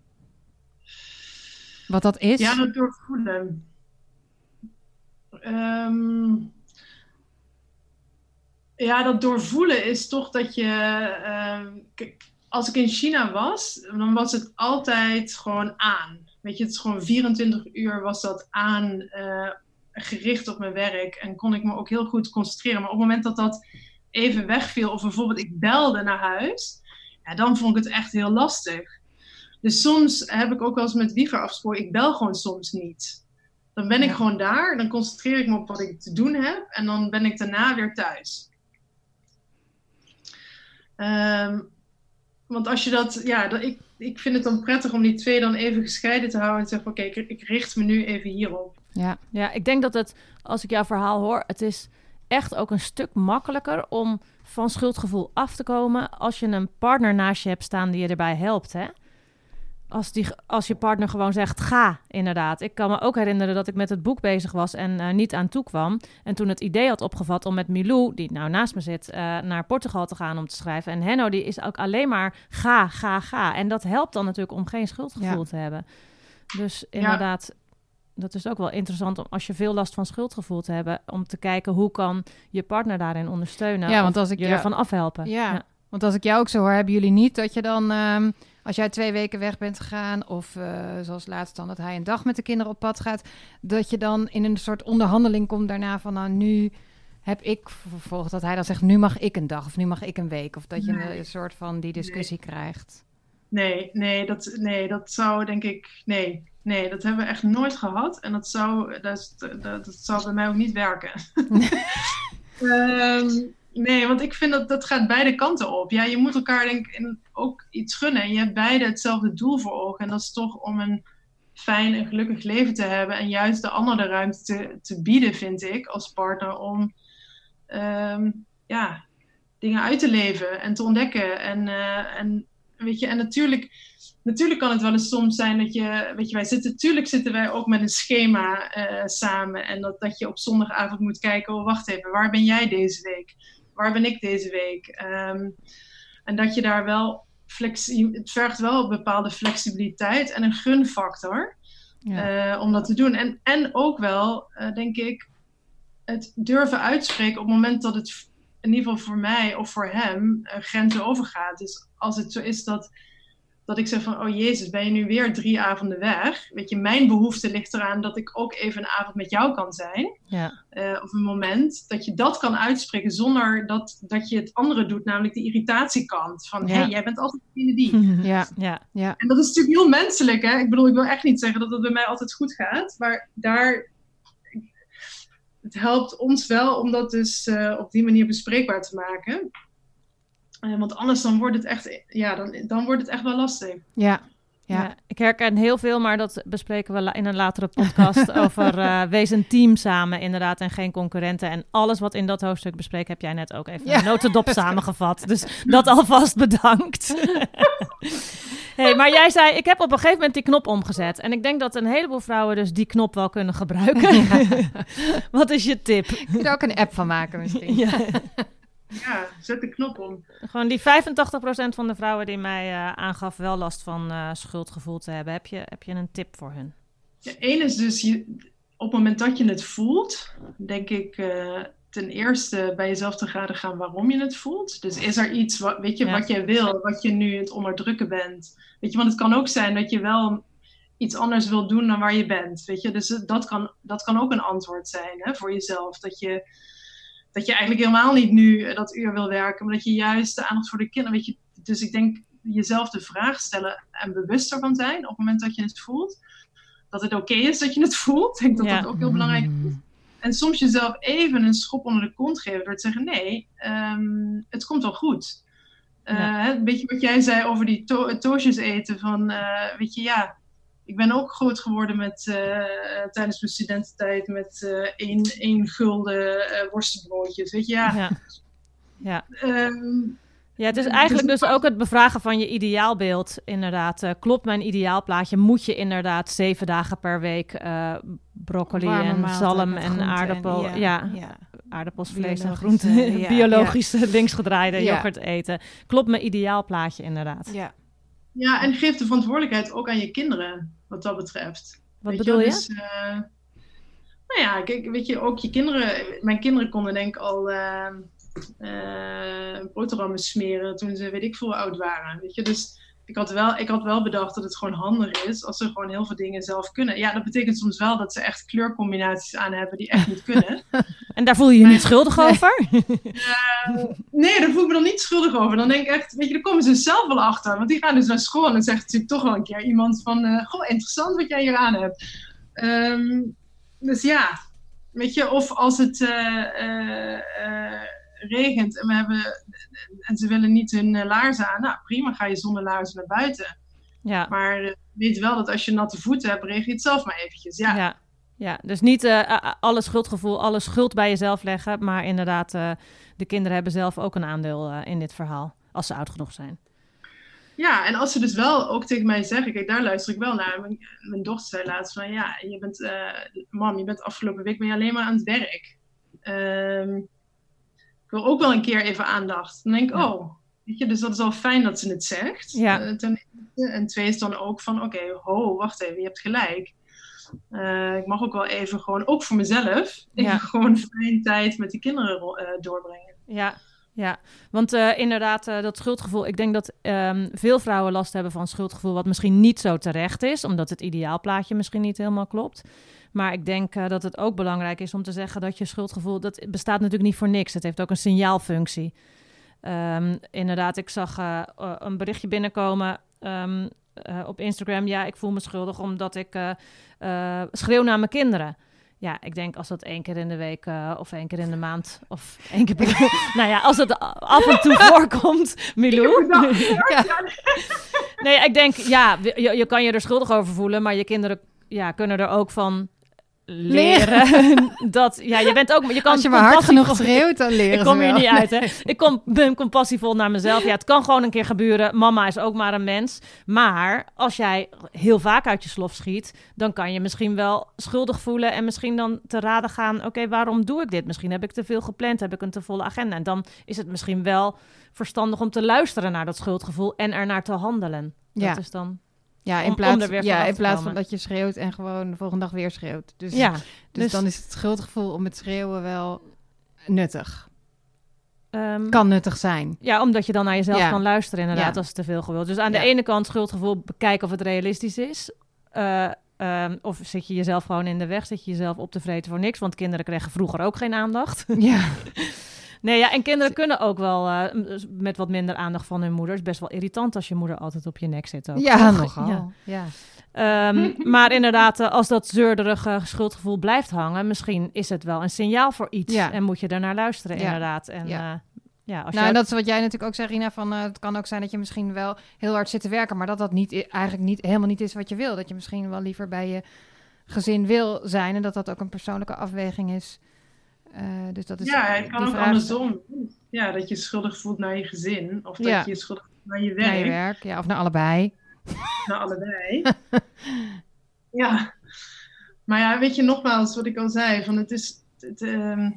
Wat dat is? Ja, dat doorvoelen. Um, ja, dat doorvoelen is toch dat je... Uh, kijk, als ik in China was, dan was het altijd gewoon aan. Weet je, het is gewoon vierentwintig uur was dat aan uh, gericht op mijn werk. En kon ik me ook heel goed concentreren. Maar op het moment dat dat even wegviel, of bijvoorbeeld ik belde naar huis, ja, dan vond ik het echt heel lastig. Dus soms heb ik ook wel eens met Wieger afgesproken, ik bel gewoon soms niet. Dan ben ik ja. gewoon daar, dan concentreer ik me op wat ik te doen heb. En dan ben ik daarna weer thuis. Um, want als je dat, ja, dat, ik, ik vind het dan prettig om die twee dan even gescheiden te houden en te zeggen, oké, okay, ik, ik richt me nu even hierop. Ja. ja, ik denk dat het, als ik jouw verhaal hoor, het is echt ook een stuk makkelijker om van schuldgevoel af te komen als je een partner naast je hebt staan die je erbij helpt, hè? Als, die, als je partner gewoon zegt, ga, inderdaad. Ik kan me ook herinneren dat ik met het boek bezig was en uh, niet aan toe kwam. En toen het idee had opgevat om met Milou, die nou naast me zit, uh, naar Portugal te gaan om te schrijven. En Henno, die is ook alleen maar ga, ga, ga. En dat helpt dan natuurlijk om geen schuldgevoel ja. te hebben. Dus inderdaad, ja. dat is ook wel interessant om, als je veel last van schuldgevoel te hebben, om te kijken hoe kan je partner daarin ondersteunen. Ja, want als ik je jou... ervan afhelpen. Ja. ja, want als ik jou ook zo hoor, hebben jullie niet dat je dan... Um... Als jij twee weken weg bent gegaan of uh, zoals laatst dan dat hij een dag met de kinderen op pad gaat, dat je dan in een soort onderhandeling komt daarna van nou nu heb ik vervolgens dat hij dan zegt nu mag ik een dag of nu mag ik een week of dat je nee. een, een soort van die discussie nee. krijgt. Nee, nee dat, nee, dat zou denk ik, nee, nee, dat hebben we echt nooit gehad en dat zou, dat, dat, dat zou bij mij ook niet werken. um, Nee, want ik vind dat dat gaat beide kanten op. Ja, je moet elkaar denk ik ook iets gunnen. En je hebt beide hetzelfde doel voor ogen. En dat is toch om een fijn en gelukkig leven te hebben. En juist de ander de ruimte te, te bieden, vind ik, als partner. Om um, ja, dingen uit te leven en te ontdekken. En, uh, en, weet je, en natuurlijk, natuurlijk kan het wel eens soms zijn dat je... Weet je, wij zitten, natuurlijk zitten wij ook met een schema uh, samen. En dat, dat je op zondagavond moet kijken, oh wacht even, waar ben jij deze week? Waar ben ik deze week? Um, en dat je daar wel... Flexi- het vergt wel een bepaalde flexibiliteit en een gunfactor. Ja. Uh, om dat te doen. En, en ook wel, uh, denk ik... het durven uitspreken op het moment dat het... in ieder geval voor mij of voor hem... Uh, grenzen overgaat. Dus als het zo is dat... dat ik zeg van, oh Jezus, ben je nu weer drie avonden weg? Weet je, mijn behoefte ligt eraan dat ik ook even een avond met jou kan zijn. Ja. Uh, of een moment dat je dat kan uitspreken zonder dat, dat je het andere doet, namelijk de irritatiekant. Van, hé, ja. hey, jij bent altijd degene die. Ja, ja, ja. En dat is natuurlijk heel menselijk, hè. Ik bedoel, ik wil echt niet zeggen dat het bij mij altijd goed gaat. Maar daar... Het helpt ons wel om dat dus uh, op die manier bespreekbaar te maken. Uh, want anders dan wordt het echt, ja, dan, dan wordt het echt wel lastig. Ja, ja. ja, ik herken heel veel, maar dat bespreken we la- in een latere podcast over uh, wees een team samen inderdaad en geen concurrenten. En alles wat in dat hoofdstuk bespreek heb jij net ook even ja. notendop samengevat. Dus dat alvast bedankt. Hey, maar jij zei, ik heb op een gegeven moment die knop omgezet. En ik denk dat een heleboel vrouwen dus die knop wel kunnen gebruiken. Ja. Wat is je tip? Je kunt er ook een app van maken misschien. Ja. Ja, zet de knop om. Gewoon die vijfentachtig procent van de vrouwen die mij uh, aangaf wel last van uh, schuldgevoel te hebben. Heb je, heb je een tip voor hun? Ja, één is dus, je, op het moment dat je het voelt, denk ik uh, ten eerste bij jezelf te gaan waarom je het voelt. Dus is er iets, wat, weet je, ja. wat jij wil, wat je nu het onderdrukken bent. Weet je, want het kan ook zijn dat je wel iets anders wil doen dan waar je bent. Weet je, dus dat kan, dat kan ook een antwoord zijn, hè, voor jezelf. Dat je... Dat je eigenlijk helemaal niet nu dat uur wil werken, maar dat je juist de aandacht voor de kinderen, weet je, dus ik denk jezelf de vraag stellen en bewust ervan zijn op het moment dat je het voelt. Dat het oké okay is dat je het voelt. Ik denk dat ja. dat ook heel belangrijk is. En soms jezelf even een schop onder de kont geven door te zeggen, nee, um, het komt wel goed. Uh, ja. Een beetje wat jij zei over die to- toosjes eten, van, uh, weet je, ja, ik ben ook groot geworden met, uh, tijdens mijn studententijd met uh, één, één gulden uh, worstenbroodjes. Weet je, ja. ja. ja. Um, Ja, het is eigenlijk dus ook het bevragen van je ideaalbeeld, inderdaad. Uh, klopt mijn ideaalplaatje? Moet je inderdaad zeven dagen per week uh, broccoli Warme en zalm en aardappel, en, ja, ja, ja, aardappels, vlees en groenten, ja, biologische ja. linksgedraaide ja. yoghurt eten. Klopt mijn ideaalplaatje, inderdaad. Ja. ja, en geef de verantwoordelijkheid ook aan je kinderen, wat dat betreft. Wat weet bedoel je? je? Dus, uh, nou ja, kijk, weet je, ook je kinderen, mijn kinderen konden denk ik al... Uh, Uh, boterhammen smeren toen ze weet ik veel oud waren. Weet je? Dus ik had, wel, ik had wel bedacht dat het gewoon handig is als ze gewoon heel veel dingen zelf kunnen. Ja, dat betekent soms wel dat ze echt kleurcombinaties aan hebben die echt niet kunnen. En daar voel je je maar, niet schuldig nee. over? Uh, nee, daar voel ik me dan niet schuldig over. Dan denk ik echt, weet je, daar komen ze zelf wel achter. Want die gaan dus naar school en dan zegt natuurlijk toch wel een keer iemand van, uh, goh, interessant wat jij hier aan hebt. Um, dus ja, weet je, of als het... Uh, uh, uh, regent en we hebben en ze willen niet hun uh, laarzen aan. Nou, prima, ga je zonder laarzen naar buiten. Ja. Maar uh, weet wel dat als je natte voeten hebt, regel je het zelf maar eventjes. Ja, ja. ja dus niet uh, alle schuldgevoel, alle schuld bij jezelf leggen, maar inderdaad, uh, de kinderen hebben zelf ook een aandeel uh, in dit verhaal, als ze oud genoeg zijn. Ja, en als ze dus wel ook tegen mij zeggen, kijk, daar luister ik wel naar. Mijn, mijn dochter zei laatst van, ja, je bent, uh, mam, je bent afgelopen week ben je alleen maar aan het werk. Um, Ik wil ook wel een keer even aandacht. Dan denk ik, ja. oh, weet je, dus dat is al fijn dat ze het zegt. Ja. Uh, ten eerste. En twee is dan ook van, oké, okay, ho, wacht even, je hebt gelijk. Uh, ik mag ook wel even gewoon, ook voor mezelf, even ja. gewoon fijn tijd met die kinderen uh, doorbrengen. Ja, ja. want uh, inderdaad, uh, dat schuldgevoel, ik denk dat um, veel vrouwen last hebben van schuldgevoel, wat misschien niet zo terecht is, omdat het ideaalplaatje misschien niet helemaal klopt. Maar ik denk uh, dat het ook belangrijk is om te zeggen dat je schuldgevoel, dat bestaat natuurlijk niet voor niks. Het heeft ook een signaalfunctie. Um, inderdaad, ik zag uh, uh, een berichtje binnenkomen um, uh, op Instagram. Ja, ik voel me schuldig omdat ik uh, uh, schreeuw naar mijn kinderen. Ja, ik denk als dat één keer in de week uh, of één keer in de maand of één keer per... nou ja, als het af en toe voorkomt, Milou. ja. Nee, ik denk, ja, je, je kan je er schuldig over voelen, maar je kinderen ja, kunnen er ook van leren. dat, ja, je bent ook... Je kan als je maar hard genoeg schreeuwt, dan leren Ik kom ze hier wel. niet uit, hè. Ik kom, ben compassievol naar mezelf. Ja, het kan gewoon een keer gebeuren. Mama is ook maar een mens. Maar als jij heel vaak uit je slof schiet, dan kan je misschien wel schuldig voelen en misschien dan te raden gaan, oké, okay, waarom doe ik dit? Misschien heb ik te veel gepland, heb ik een te volle agenda. En dan is het misschien wel verstandig om te luisteren naar dat schuldgevoel en er naar te handelen. Dat ja. is dan... Ja, in plaats, om, om ja, in plaats van dat je schreeuwt en gewoon de volgende dag weer schreeuwt. Dus, ja, dus, dus dan is het schuldgevoel om het schreeuwen wel nuttig. Um, kan nuttig zijn. Ja, omdat je dan naar jezelf ja. kan luisteren inderdaad, ja. als het te veel gewild. Dus aan de ja. ene kant schuldgevoel bekijken of het realistisch is. Uh, um, of zit je jezelf gewoon in de weg, zit je jezelf op te vreten voor niks. Want kinderen kregen vroeger ook geen aandacht. Ja. Nee, ja, en kinderen kunnen ook wel uh, met wat minder aandacht van hun moeder. Het is best wel irritant als je moeder altijd op je nek zit ook. Ja, nogal. Ja. Ja. Um, maar inderdaad, uh, als dat zeurderige schuldgevoel blijft hangen, misschien is het wel een signaal voor iets. Ja. En moet je daarnaar luisteren, ja. inderdaad. En, ja. Uh, ja, als nou, je... en dat is wat jij natuurlijk ook zegt, Rina, van uh, het kan ook zijn dat je misschien wel heel hard zit te werken, maar dat dat niet, eigenlijk niet, helemaal niet is wat je wil. Dat je misschien wel liever bij je gezin wil zijn en dat dat ook een persoonlijke afweging is. Uh, dus dat is ja, het kan ook vraag... andersom. Ja, dat je schuldig voelt naar je gezin. Of dat ja. je schuldig voelt naar je werk. Naar je werk, ja. Of naar allebei. Naar allebei. Ja. Maar ja, weet je, nogmaals, wat ik al zei. Van het is, het, um,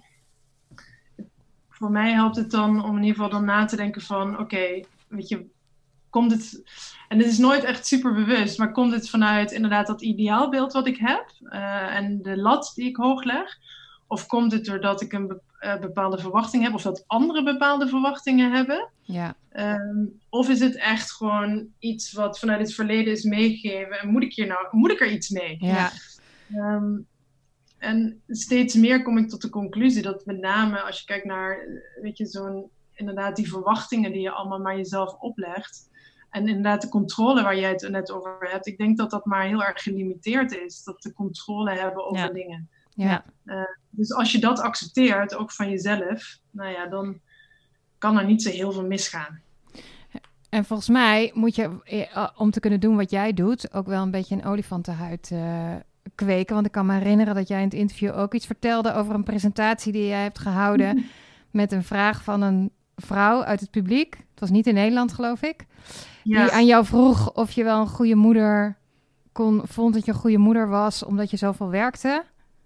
voor mij helpt het dan om in ieder geval dan na te denken van... Oké, okay, weet je, komt het... En het is nooit echt super bewust. Maar komt het vanuit inderdaad dat ideaalbeeld wat ik heb? Uh, en de lat die ik hoog leg? Of komt het doordat ik een bepaalde verwachting heb, of dat anderen bepaalde verwachtingen hebben? Ja. Um, of is het echt gewoon iets wat vanuit het verleden is meegegeven en moet ik hier nou, moet ik er iets mee? Ja. Um, en steeds meer kom ik tot de conclusie dat met name als je kijkt naar, weet je, zo'n inderdaad die verwachtingen die je allemaal maar jezelf oplegt. En inderdaad de controle waar jij het net over hebt. Ik denk dat dat maar heel erg gelimiteerd is. Dat de controle hebben over ja. dingen. Ja. Uh, dus als je dat accepteert, ook van jezelf, nou ja, dan kan er niet zo heel veel misgaan. En volgens mij moet je, uh, om te kunnen doen wat jij doet, ook wel een beetje een olifantenhuid uh, kweken. Want ik kan me herinneren dat jij in het interview ook iets vertelde over een presentatie die jij hebt gehouden mm-hmm. met een vraag van een vrouw uit het publiek. Het was niet in Nederland, geloof ik. Ja. Die aan jou vroeg of je wel een goede moeder kon, vond dat je een goede moeder was, omdat je zoveel werkte.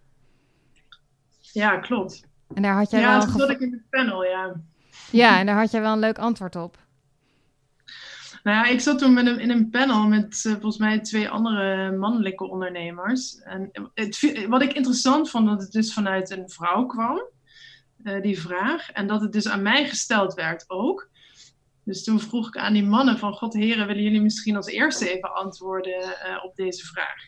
Ja, klopt. En daar had jij ja, wel toen zat ik in het panel, ja. Ja, en daar had jij wel een leuk antwoord op. Nou ja, ik zat toen met een, in een panel met uh, volgens mij twee andere mannelijke ondernemers. En het, wat ik interessant vond, dat het dus vanuit een vrouw kwam, uh, die vraag. En dat het dus aan mij gesteld werd ook. Dus toen vroeg ik aan die mannen van, God heren, willen jullie misschien als eerste even antwoorden uh, op deze vraag?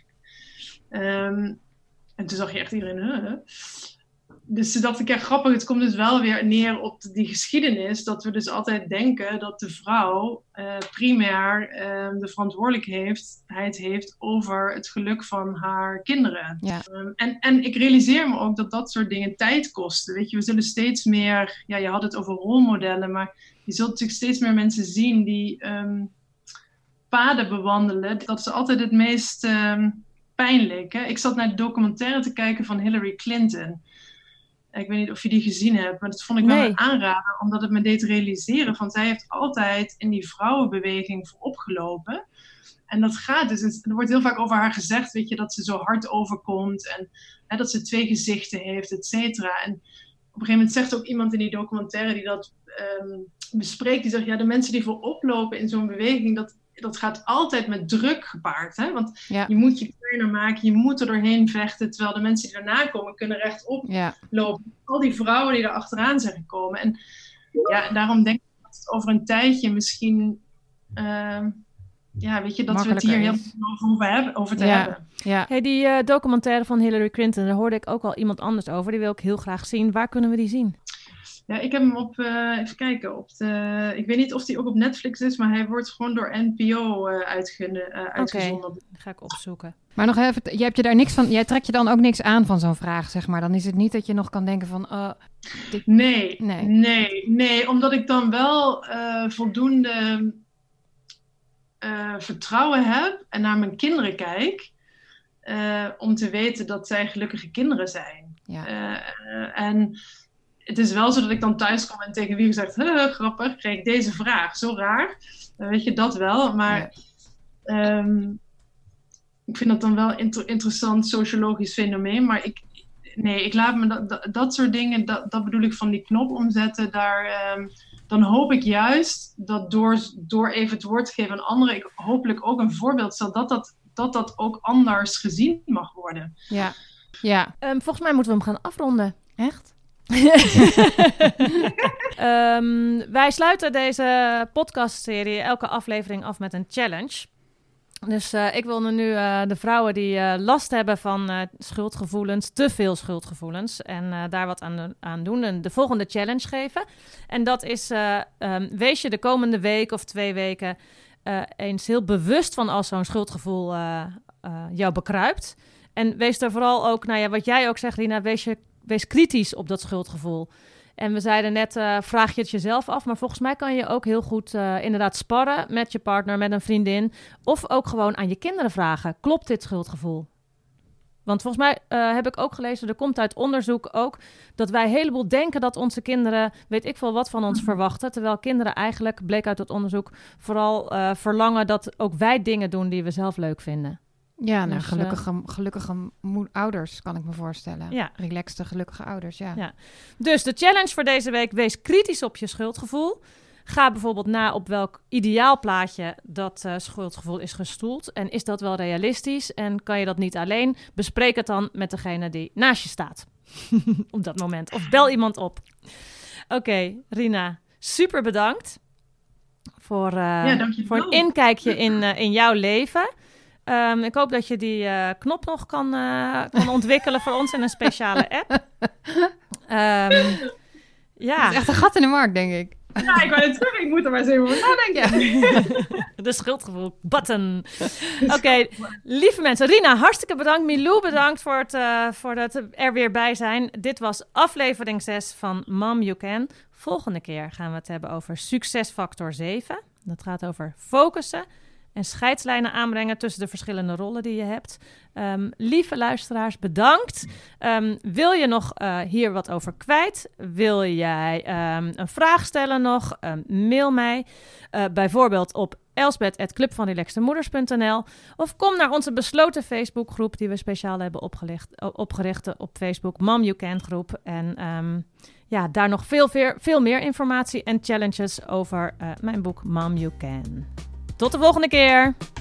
Um, en toen zag je echt iedereen, huh? Dus toen dacht ik, ja grappig, het komt dus wel weer neer op die geschiedenis, dat we dus altijd denken dat de vrouw uh, primair uh, de verantwoordelijkheid heeft over het geluk van haar kinderen. Ja. Um, en, en ik realiseer me ook dat dat soort dingen tijd kosten. Weet je, we zullen steeds meer, ja, je had het over rolmodellen, maar je zult natuurlijk steeds meer mensen zien die um, paden bewandelen. Dat is altijd het meest um, pijnlijk. Hè? Ik zat naar de documentaire te kijken van Hillary Clinton. Ik weet niet of je die gezien hebt, maar dat vond ik nee. wel een aanrader, omdat het me deed realiseren van zij heeft altijd in die vrouwenbeweging voorop gelopen. En dat gaat dus, er wordt heel vaak over haar gezegd, weet je, dat ze zo hard overkomt en hè, dat ze twee gezichten heeft, et cetera. En op een gegeven moment zegt ook iemand in die documentaire die dat um, bespreekt, die zegt, ja, de mensen die voorop lopen in zo'n beweging, dat, dat gaat altijd met druk gepaard. Hè? Want ja. je moet je kleiner maken, je moet er doorheen vechten, terwijl de mensen die daarna komen kunnen rechtop ja. lopen. Al die vrouwen die er achteraan zijn gekomen. En ja, daarom denk ik dat het over een tijdje misschien, uh, ja, weet je, dat we het hier heel veel over, over, hebben, over te ja. hebben. Ja. Hey, die uh, documentaire van Hillary Clinton, daar hoorde ik ook al iemand anders over. Die wil ik heel graag zien. Waar kunnen we die zien? Ja, ik heb hem op, uh, even kijken, op de, ik weet niet of hij ook op Netflix is, maar hij wordt gewoon door N P O uh, uitge, uh, uitgezonden. Oké, okay. Ga ik opzoeken. Maar nog even, jij hebt je daar niks van, jij trekt je dan ook niks aan van zo'n vraag, zeg maar. Dan is het niet dat je nog kan denken van, uh, dit... nee, nee, nee, nee, omdat ik dan wel uh, voldoende uh, vertrouwen heb en naar mijn kinderen kijk, uh, om te weten dat zij gelukkige kinderen zijn. Ja. Uh, uh, en het is wel zo dat ik dan thuis kom en tegen wie zegt, grappig, kreeg ik deze vraag, zo raar. Dan weet je dat wel, maar ja. um, ik vind dat dan wel een inter- interessant sociologisch fenomeen. Maar ik, nee, ik laat me dat, dat, dat soort dingen, dat, dat bedoel ik van die knop omzetten, daar, um, dan hoop ik juist dat door, door even het woord te geven aan anderen, ik hopelijk ook een voorbeeld stel, dat dat, dat, dat ook anders gezien mag worden. Ja, ja. Um, volgens mij moeten we hem gaan afronden. Echt? um, wij sluiten deze podcastserie elke aflevering af met een challenge. Dus uh, ik wil nu uh, de vrouwen die uh, last hebben van uh, schuldgevoelens, te veel schuldgevoelens, en uh, daar wat aan, aan doen, en de volgende challenge geven. En dat is, uh, um, wees je de komende week of twee weken uh, eens heel bewust van als zo'n schuldgevoel uh, uh, jou bekruipt. En wees er vooral ook, nou ja, wat jij ook zegt, Rina, wees je Wees kritisch op dat schuldgevoel. En we zeiden net, uh, vraag je het jezelf af. Maar volgens mij kan je ook heel goed uh, inderdaad sparren met je partner, met een vriendin. Of ook gewoon aan je kinderen vragen. Klopt dit schuldgevoel? Want volgens mij uh, heb ik ook gelezen, er komt uit onderzoek ook, dat wij een heleboel denken dat onze kinderen, weet ik veel wat van ons verwachten. Terwijl kinderen eigenlijk, bleek uit het onderzoek, vooral uh, verlangen dat ook wij dingen doen die we zelf leuk vinden. Ja, nou, dus, gelukkige, uh, gelukkige mo- ouders, kan ik me voorstellen. Ja. Relaxte, gelukkige ouders, ja. ja. Dus de challenge voor deze week, wees kritisch op je schuldgevoel. Ga bijvoorbeeld na op welk ideaalplaatje dat uh, schuldgevoel is gestoeld. En is dat wel realistisch? En kan je dat niet alleen? Bespreek het dan met degene die naast je staat. Op dat moment. Of bel iemand op. Oké, okay, Rina, super bedankt voor, uh, ja, voor een inkijkje in, uh, in jouw leven. Um, ik hoop dat je die uh, knop nog kan, uh, kan ontwikkelen voor ons in een speciale app. Um, ja. Dat is echt een gat in de markt, denk ik. Ja, ik wou het terug. Ik moet er maar eens even over nadenken. Ja. De schuldgevoel button. Oké, okay. Lieve mensen. Rina, hartstikke bedankt. Milou, bedankt voor het, uh, voor het er weer bij zijn. Dit was aflevering zes van Mom You Can. Volgende keer gaan we het hebben over succesfactor zeven. Dat gaat over focussen en scheidslijnen aanbrengen tussen de verschillende rollen die je hebt. Um, lieve luisteraars, bedankt. Um, wil je nog uh, hier wat over kwijt? Wil jij um, een vraag stellen nog? Um, mail mij uh, bijvoorbeeld op elsbeth at club van relaxte moeders punt n l of kom naar onze besloten Facebookgroep die we speciaal hebben opgericht, opgericht op Facebook, Mom You Can groep. En um, ja, daar nog veel, veel, veel meer informatie en challenges over uh, mijn boek Mom You Can. Tot de volgende keer!